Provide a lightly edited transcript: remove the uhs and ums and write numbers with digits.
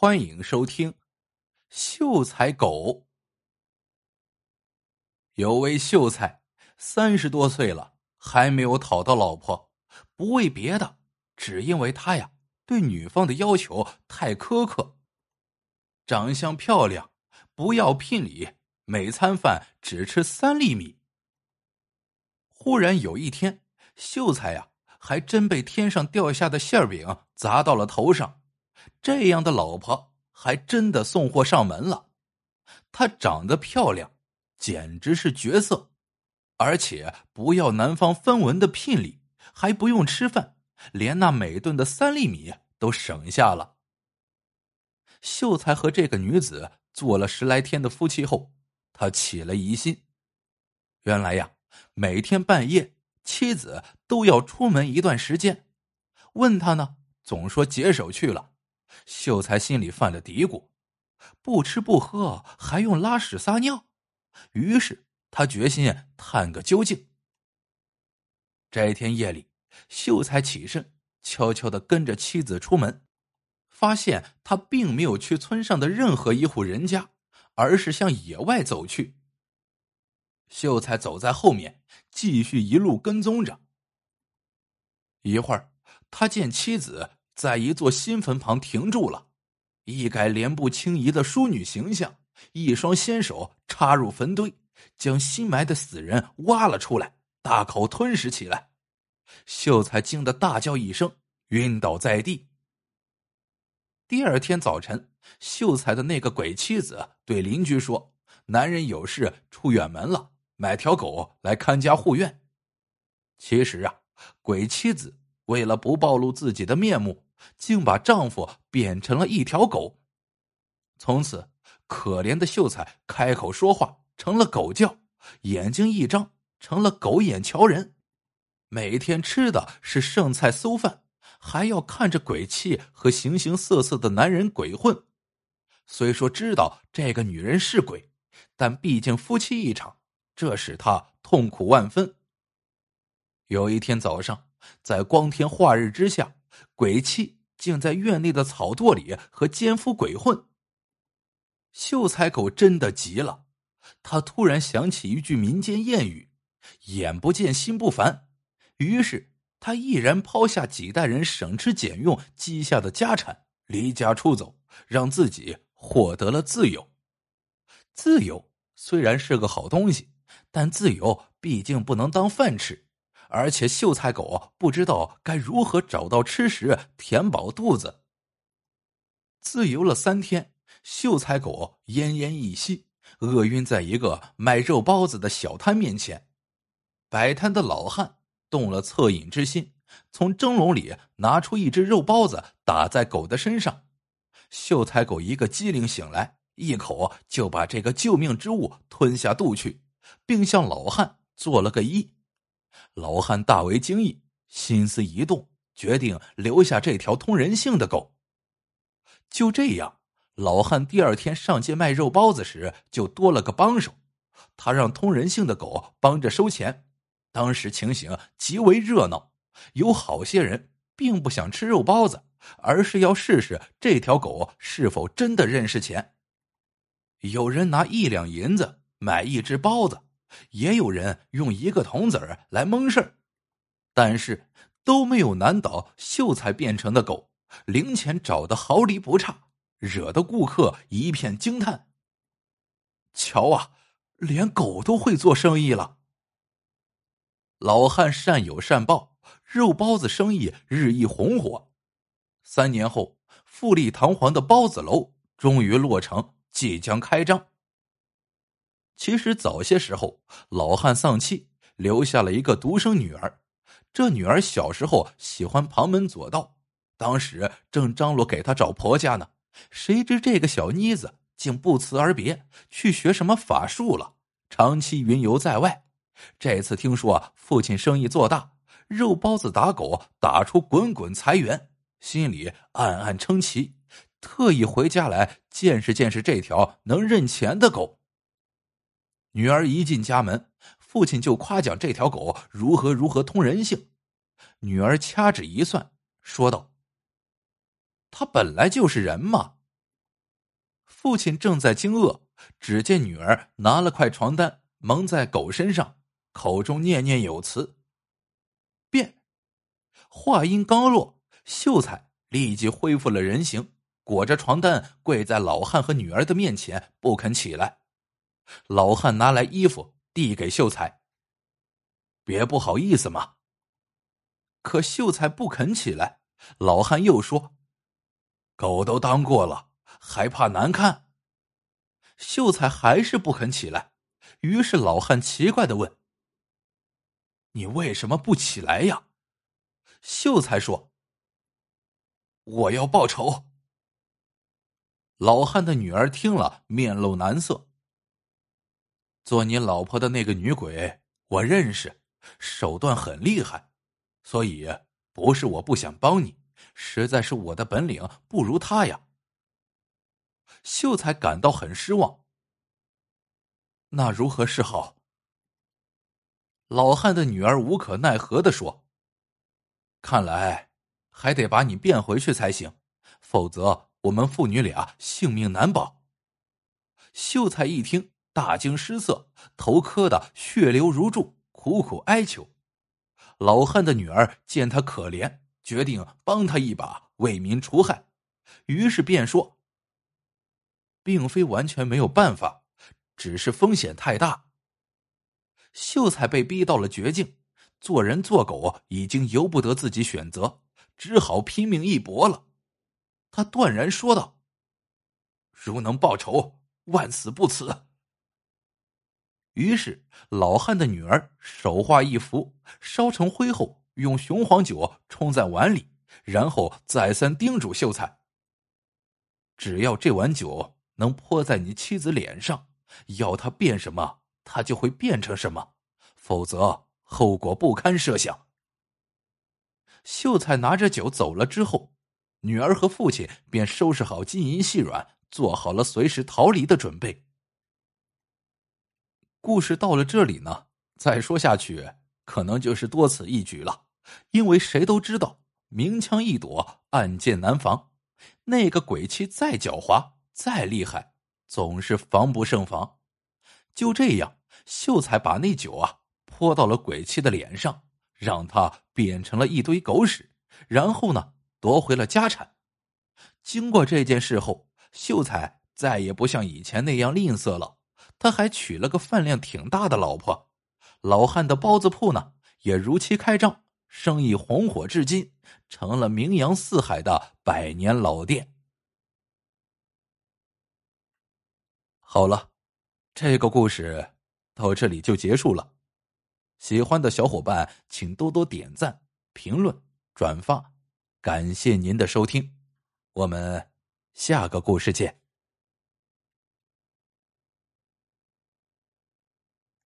欢迎收听秀才狗。有位秀才30多岁了，还没有讨到老婆，不为别的，只因为他呀对女方的要求太苛刻。长相漂亮，不要聘礼，每餐饭只吃3粒米。忽然有一天，秀才呀还真被天上掉下的馅饼砸到了头上，这样的老婆还真的送货上门了。她长得漂亮，简直是绝色，而且不要男方分文的聘礼，还不用吃饭，连那每顿的3粒米都省下了。秀才和这个女子做了10来天的夫妻后，他起了疑心。原来呀，每天半夜妻子都要出门一段时间，问他呢，总说解手去了。秀才心里犯了嘀咕，不吃不喝还用拉屎撒尿，于是他决心探个究竟。这天夜里，秀才起身，悄悄地跟着妻子出门，发现他并没有去村上的任何一户人家，而是向野外走去。秀才走在后面，继续一路跟踪着。一会儿，他见妻子在一座新坟旁停住了，一改莲步轻移的淑女形象，一双纤手插入坟堆，将新埋的死人挖了出来，大口吞食起来。秀才惊得大叫一声，晕倒在地。第二天早晨，秀才的那个鬼妻子对邻居说，男人有事出远门了，买条狗来看家护院。其实啊，鬼妻子为了不暴露自己的面目，竟把丈夫变成了一条狗。从此，可怜的秀才开口说话成了狗叫，眼睛一张成了狗眼瞧人，每天吃的是剩菜馊饭，还要看着鬼妻和形形色色的男人鬼混。虽说知道这个女人是鬼，但毕竟夫妻一场，这使他痛苦万分。有一天早上，在光天化日之下，鬼妻竟在院内的草垛里和奸夫鬼混。秀才狗真的急了，他突然想起一句民间谚语，眼不见心不烦，于是他毅然抛下几代人省吃俭用积下的家产，离家出走，让自己获得了自由。自由虽然是个好东西，但自由毕竟不能当饭吃，而且秀才狗不知道该如何找到吃食填饱肚子。自由了3天，秀才狗奄奄一息，饿晕在一个卖肉包子的小摊面前。摆摊的老汉动了恻隐之心，从蒸笼里拿出一只肉包子打在狗的身上。秀才狗一个机灵醒来，一口就把这个救命之物吞下肚去，并向老汉做了个揖。老汉大为惊异，心思一动，决定留下这条通人性的狗。就这样，老汉第2天上街卖肉包子时就多了个帮手，他让通人性的狗帮着收钱。当时情形极为热闹，有好些人并不想吃肉包子，而是要试试这条狗是否真的认识钱。有人拿1两银子买一只包子，也有人用1个铜子儿来蒙事儿，但是都没有难倒秀才变成的狗，零钱找得毫厘不差，惹得顾客一片惊叹。瞧啊，连狗都会做生意了。老汉善有善报，肉包子生意日益红火。3年后，富丽堂皇的包子楼终于落成，即将开张。其实早些时候，老汉丧妻，留下了一个独生女儿。这女儿小时候喜欢旁门左道，当时正张罗给她找婆家呢，谁知这个小妮子竟不辞而别，去学什么法术了，长期云游在外。这次听说父亲生意做大，肉包子打狗打出滚滚财源，心里暗暗称奇，特意回家来见识见识这条能认钱的狗。女儿一进家门，父亲就夸奖这条狗如何通人性。女儿掐指一算，说道：“他本来就是人嘛， 父亲正在惊愕，只见女儿拿了块床单蒙在狗身上，口中念念有词。变！话音刚落，秀才立即恢复了人形，裹着床单跪在老汉和女儿的面前，不肯起来。老汉拿来衣服递给秀才：“别不好意思嘛。”可秀才不肯起来。老汉又说：“狗都当过了，还怕难看？”秀才还是不肯起来。于是老汉奇怪地问：“你为什么不起来呀？”秀才说：“我要报仇。”老汉的女儿听了，面露难色：“做你老婆的那个女鬼我认识，手段很厉害，所以不是我不想帮你，实在是我的本领不如她呀。”秀才感到很失望。那如何是好？老汉的女儿无可奈何地说：“看来还得把你变回去才行，否则我们父女俩性命难保。”秀才一听，大惊失色，头磕得血流如注，苦苦哀求。老汉的女儿见他可怜，决定帮他一把，为民除害，于是便说：“并非完全没有办法，只是风险太大。”秀才被逼到了绝境，做人做狗已经由不得自己选择，只好拼命一搏了。他断然说道：“如能报仇，万死不辞。”于是老汉的女儿手画一符，烧成灰后，用雄黄酒冲在碗里，然后再三叮嘱秀才：“只要这碗酒能泼在你妻子脸上，要她变什么她就会变成什么，否则后果不堪设想。”秀才拿着酒走了之后，女儿和父亲便收拾好金银细软，做好了随时逃离的准备。故事到了这里呢，再说下去可能就是多此一举了，因为谁都知道明枪易躲，暗箭难防，那个鬼妻再狡猾再厉害，总是防不胜防。就这样，秀才把那酒泼到了鬼妻的脸上，让他变成了一堆狗屎，然后呢夺回了家产。经过这件事后，秀才再也不像以前那样吝啬了，他还娶了个饭量挺大的老婆。老汉的包子铺呢也如期开张，生意红火至今，成了名扬四海的百年老店。好了，这个故事到这里就结束了。喜欢的小伙伴请多多点赞、评论、转发，感谢您的收听，我们下个故事见。